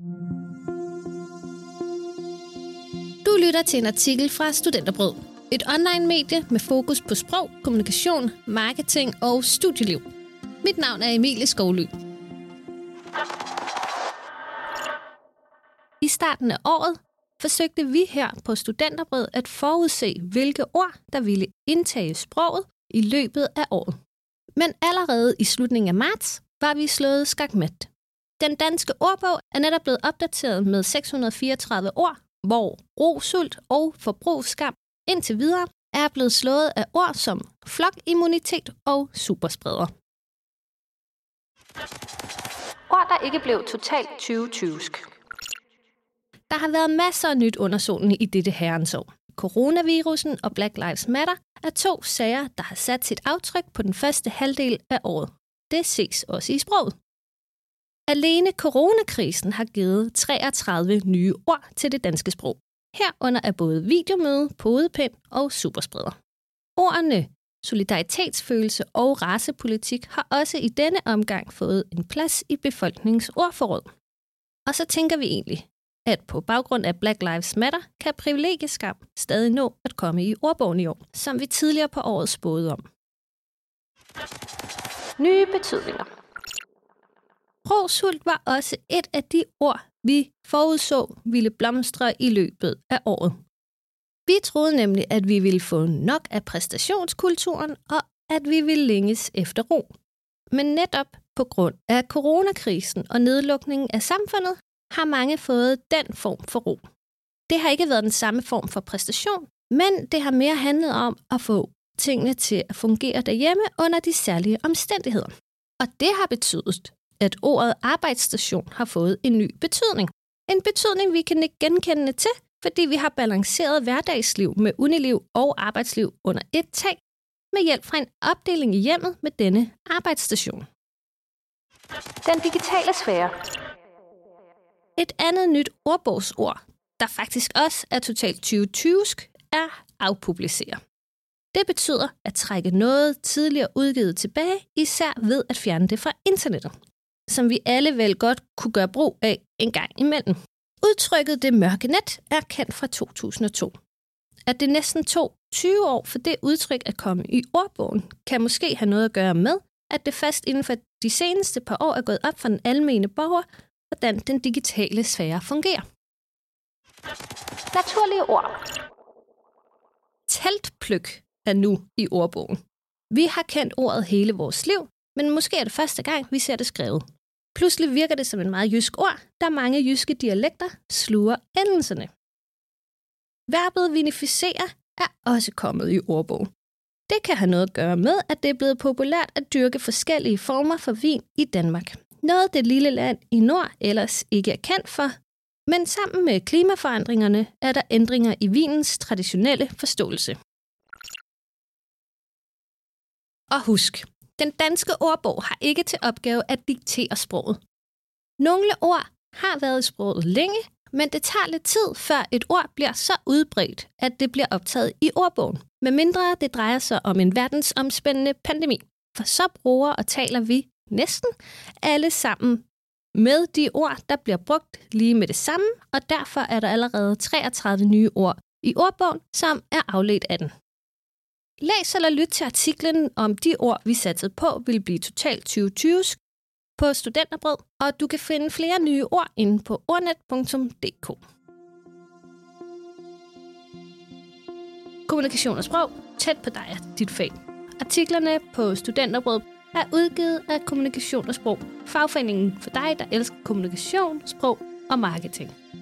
Du lytter til en artikel fra Studenterbrød. Et online-medie med fokus på sprog, kommunikation, marketing og studieliv. Mit navn er Emilie Skovly. I starten af året forsøgte vi her på Studenterbrød at forudse, hvilke ord, der ville indtage sproget i løbet af året. Men allerede i slutningen af marts var vi slået skakmat. Den danske ordbog er netop blevet opdateret med 634 ord, hvor rosult og forbrugsskam indtil videre er blevet slået af ord som flokimmunitet og superspreder. Ord, der ikke blev totalt 2020'sk. Der har været masser af nyt under solen i dette herrens år. Coronavirusen og Black Lives Matter er to sager, der har sat sit aftryk på den første halvdel af året. Det ses også i sproget. Alene coronakrisen har givet 33 nye ord til det danske sprog. Herunder er både videomøde, podepind og superspreder. Ordene solidaritetsfølelse og racepolitik har også i denne omgang fået en plads i befolkningsordforråd. Og så tænker vi egentlig, at på baggrund af Black Lives Matter kan privilegieskam stadig nå at komme i ordbogen i år, som vi tidligere på året spåede om. Nye betydninger. Rosult var også et af de ord, vi forudså ville blomstre i løbet af året. Vi troede nemlig, at vi ville få nok af præstationskulturen, og at vi ville længes efter ro. Men netop på grund af coronakrisen og nedlukningen af samfundet, har mange fået den form for ro. Det har ikke været den samme form for præstation, men det har mere handlet om at få tingene til at fungere derhjemme under de særlige omstændigheder. Og det har betydet, at ordet arbejdsstation har fået en ny betydning. En betydning, vi kan ikke genkende til, fordi vi har balanceret hverdagsliv med uniliv og arbejdsliv under et tag, med hjælp fra en opdeling i hjemmet med denne arbejdsstation. Den digitale sfære. Et andet nyt ordbogsord, der faktisk også er totalt 2020'sk, er afpublicere. Det betyder at trække noget tidligere udgivet tilbage, især ved at fjerne det fra internettet, som vi alle vel godt kunne gøre brug af en gang imellem. Udtrykket det mørke net er kendt fra 2002. At det næsten tog 20 år for det udtryk at komme i ordbogen, kan måske have noget at gøre med, at det først inden for de seneste par år er gået op for den almene borger, hvordan den digitale sfære fungerer. Naturlige ord. Teltpløk er nu i ordbogen. Vi har kendt ordet hele vores liv, men måske er det første gang, vi ser det skrevet. Pludselig virker det som en meget jysk ord, da mange jyske dialekter sluger endelserne. Verbet vinificere er også kommet i ordbogen. Det kan have noget at gøre med, at det er blevet populært at dyrke forskellige former for vin i Danmark. Noget det lille land i nord ellers ikke er kendt for, men sammen med klimaforandringerne er der ændringer i vinens traditionelle forståelse. Og husk, den danske ordbog har ikke til opgave at diktere sproget. Nogle ord har været i sproget længe, men det tager lidt tid, før et ord bliver så udbredt, at det bliver optaget i ordbogen, medmindre det drejer sig om en verdensomspændende pandemi. For så bruger og taler vi næsten alle sammen med de ord, der bliver brugt lige med det samme, og derfor er der allerede 33 nye ord i ordbogen, som er afledt af den. Læs eller lyt til artiklen om de ord, vi satsede på, vil blive totalt 2020'sk på Studenterbrød, og du kan finde flere nye ord inde på ordnet.dk. Kommunikation og sprog, tæt på dig og dit fag. Artiklerne på Studenterbrød er udgivet af Kommunikation og Sprog, fagforeningen for dig, der elsker kommunikation, sprog og marketing.